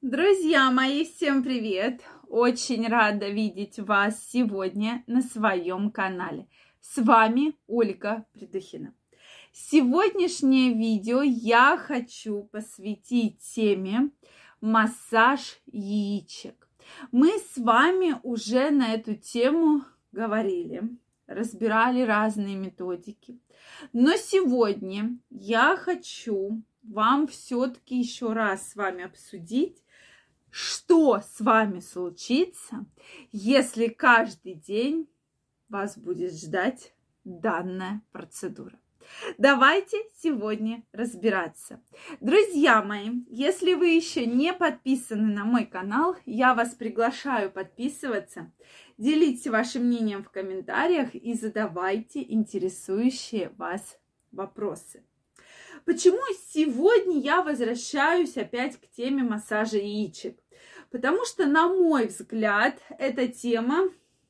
Друзья мои, всем привет! Очень рада видеть вас сегодня на своем канале. С вами Ольга Придухина. Сегодняшнее видео я хочу посвятить теме массаж яичек. Мы с вами уже на эту тему говорили, разбирали разные методики. Но сегодня я хочу вам все-таки еще раз с вами обсудить, что с вами случится, если каждый день вас будет ждать данная процедура. Давайте сегодня разбираться. Друзья мои, если вы еще не подписаны на мой канал, я вас приглашаю подписываться, делитесь вашим мнением в комментариях и задавайте интересующие вас вопросы. Почему сегодня я возвращаюсь опять к теме массажа яичек? Потому что, на мой взгляд, эта тема,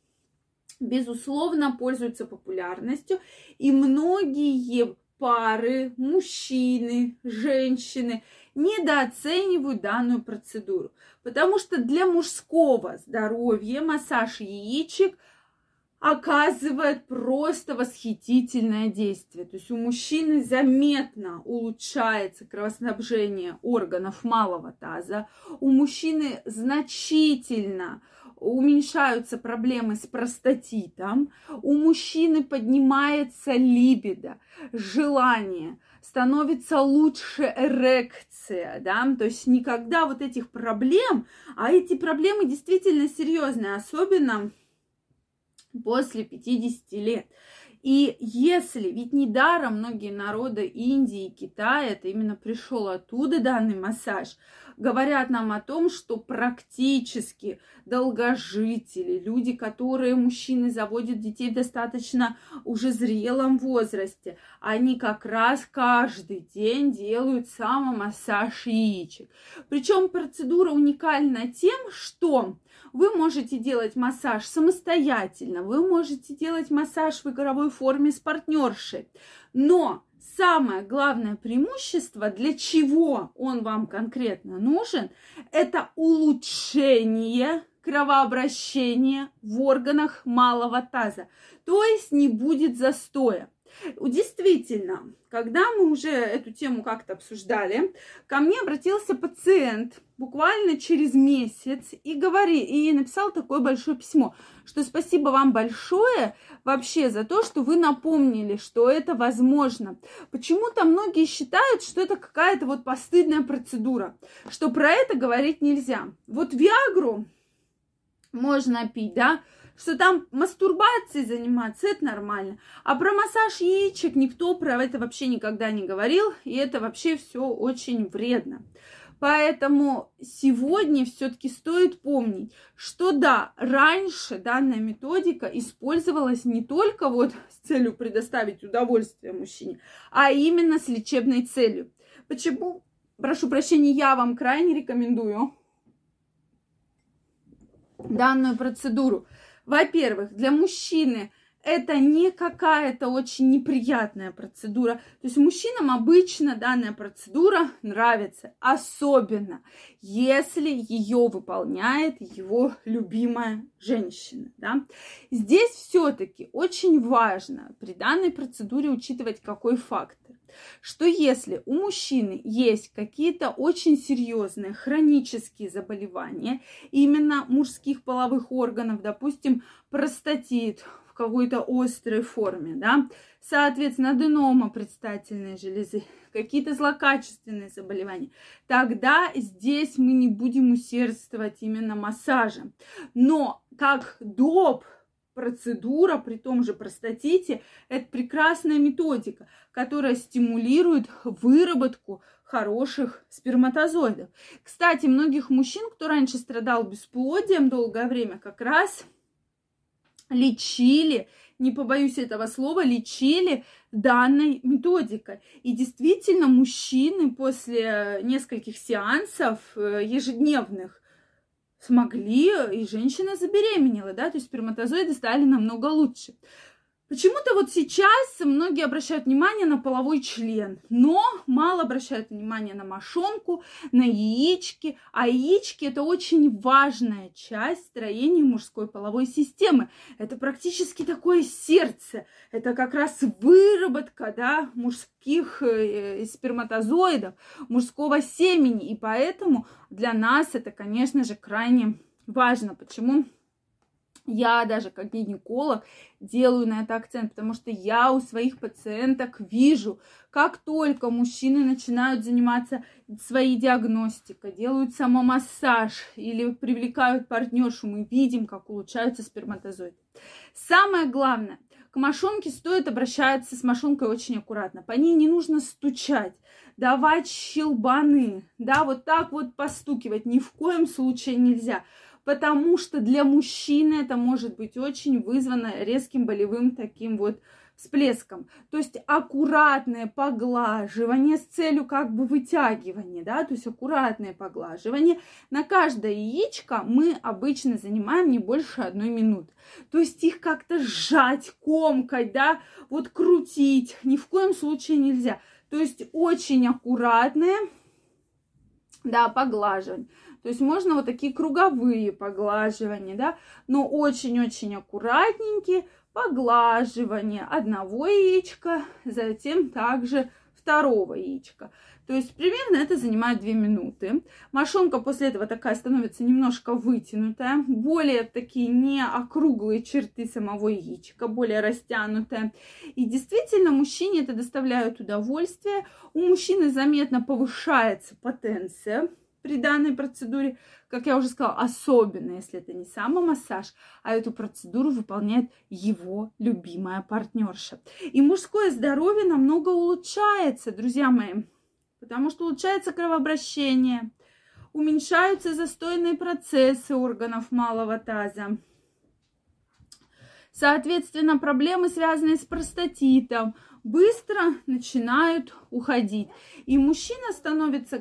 безусловно, пользуется популярностью. И многие пары, мужчины, женщины недооценивают данную процедуру. Потому что для мужского здоровья массаж яичек оказывает просто восхитительное действие. То есть у мужчины заметно улучшается кровоснабжение органов малого таза. У мужчины значительно уменьшаются проблемы с простатитом. У мужчины поднимается либидо, желание, становится лучше эрекция, да, то есть никогда вот этих проблем, а эти проблемы действительно серьезные, особенно после 50 лет. И если, ведь недаром многие народы Индии и Китая, это именно пришел оттуда данный массаж, говорят нам о том, что практически долгожители, люди, которые мужчины заводят детей в достаточно уже зрелом возрасте, они как раз каждый день делают самомассаж яичек. Причем процедура уникальна тем, что вы можете делать массаж самостоятельно, вы можете делать массаж в игровой форме с партнершей. Но самое главное преимущество, для чего он вам конкретно нужен, это улучшение кровообращения в органах малого таза. То есть не будет застоя. Действительно, когда мы уже эту тему как-то обсуждали, ко мне обратился пациент буквально через месяц и написал такое большое письмо, что спасибо вам большое вообще за то, что вы напомнили, что это возможно. Почему-то многие считают, что это какая-то вот постыдная процедура, что про это говорить нельзя. Вот Виагру можно пить, да, что там мастурбацией заниматься, это нормально. А про массаж яичек никто про это вообще никогда не говорил, и это вообще все очень вредно. Поэтому сегодня все-таки стоит помнить, что да, раньше данная методика использовалась не только вот с целью предоставить удовольствие мужчине, а именно с лечебной целью. Почему? Прошу прощения, я вам крайне рекомендую данную процедуру. Во-первых, для мужчины это не какая-то очень неприятная процедура. То есть мужчинам обычно данная процедура нравится, особенно если ее выполняет его любимая женщина. Да? Здесь все-таки очень важно при данной процедуре учитывать какой фактор. Что если у мужчины есть какие-то очень серьезные хронические заболевания, именно мужских половых органов, допустим, простатит в какой-то острой форме, да, соответственно, аденома предстательной железы, какие-то злокачественные заболевания, тогда здесь мы не будем усердствовать именно массажем. Но как доп. Процедура при том же простатите – это прекрасная методика, которая стимулирует выработку хороших сперматозоидов. Кстати, многих мужчин, кто раньше страдал бесплодием долгое время, как раз лечили, не побоюсь этого слова, лечили данной методикой. И действительно, мужчины после нескольких сеансов ежедневных смогли, и женщина забеременела, да, то есть сперматозоиды стали намного лучше. Почему-то вот сейчас многие обращают внимание на половой член, но мало обращают внимание на мошонку, на яички. А яички – это очень важная часть строения мужской половой системы. Это практически такое сердце. Это как раз выработка, да, мужских сперматозоидов, мужского семени. И поэтому для нас это, конечно же, крайне важно. Почему? Я даже как гинеколог делаю на это акцент, потому что я у своих пациенток вижу, как только мужчины начинают заниматься своей диагностикой, делают самомассаж или привлекают партнершу, мы видим, как улучшаются сперматозоиды. Самое главное, к мошонке стоит обращаться с мошонкой очень аккуратно. По ней не нужно стучать, давать щелбаны, да, вот так вот постукивать ни в коем случае нельзя. Потому что для мужчины это может быть очень вызвано резким болевым таким вот всплеском. То есть аккуратное поглаживание с целью как бы вытягивания, да, то есть аккуратное поглаживание. На каждое яичко мы обычно занимаем не больше 1 минуты. То есть их как-то сжать, комкать, да, вот крутить ни в коем случае нельзя. То есть очень аккуратное, да, поглаживание. То есть можно вот такие круговые поглаживания, да, но очень-очень аккуратненькие поглаживания одного яичка, затем также второго яичка. То есть примерно это занимает 2 минуты. Мошонка после этого такая становится немножко вытянутая, более такие не округлые черты самого яичка, более растянутая. И действительно мужчине это доставляет удовольствие. У мужчины заметно повышается потенция при данной процедуре, как я уже сказала, особенно если это не самомассаж, а эту процедуру выполняет его любимая партнерша. И мужское здоровье намного улучшается, друзья мои, потому что улучшается кровообращение, уменьшаются застойные процессы органов малого таза. Соответственно, проблемы, связанные с простатитом, быстро начинают уходить. И мужчина становится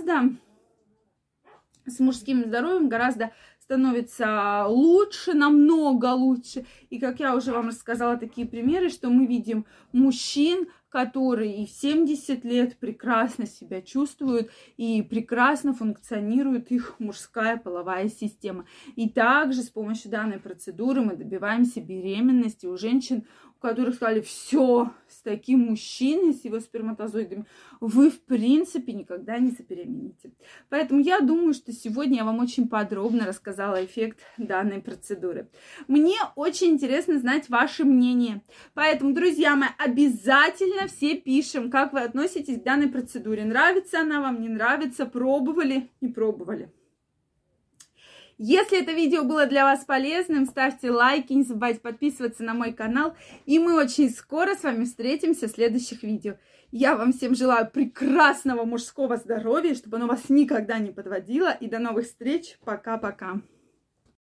с мужским здоровьем гораздо становится лучше, намного лучше. И как я уже вам рассказала такие примеры, что мы видим мужчин, которые и в 70 лет прекрасно себя чувствуют и прекрасно функционирует их мужская половая система. И также с помощью данной процедуры мы добиваемся беременности у женщин, у которых сказали: все, с таким мужчиной, с его сперматозоидами, вы в принципе никогда не забеременеете. Поэтому я думаю, что сегодня я вам очень подробно рассказала эффект данной процедуры. Мне очень интересно знать ваше мнение. Поэтому, друзья мои, обязательно все пишем, как вы относитесь к данной процедуре. Нравится она вам, не нравится, пробовали, не пробовали. Если это видео было для вас полезным, ставьте лайки, не забывайте подписываться на мой канал. И мы очень скоро с вами встретимся в следующих видео. Я вам всем желаю прекрасного мужского здоровья, чтобы оно вас никогда не подводило. И до новых встреч. Пока-пока.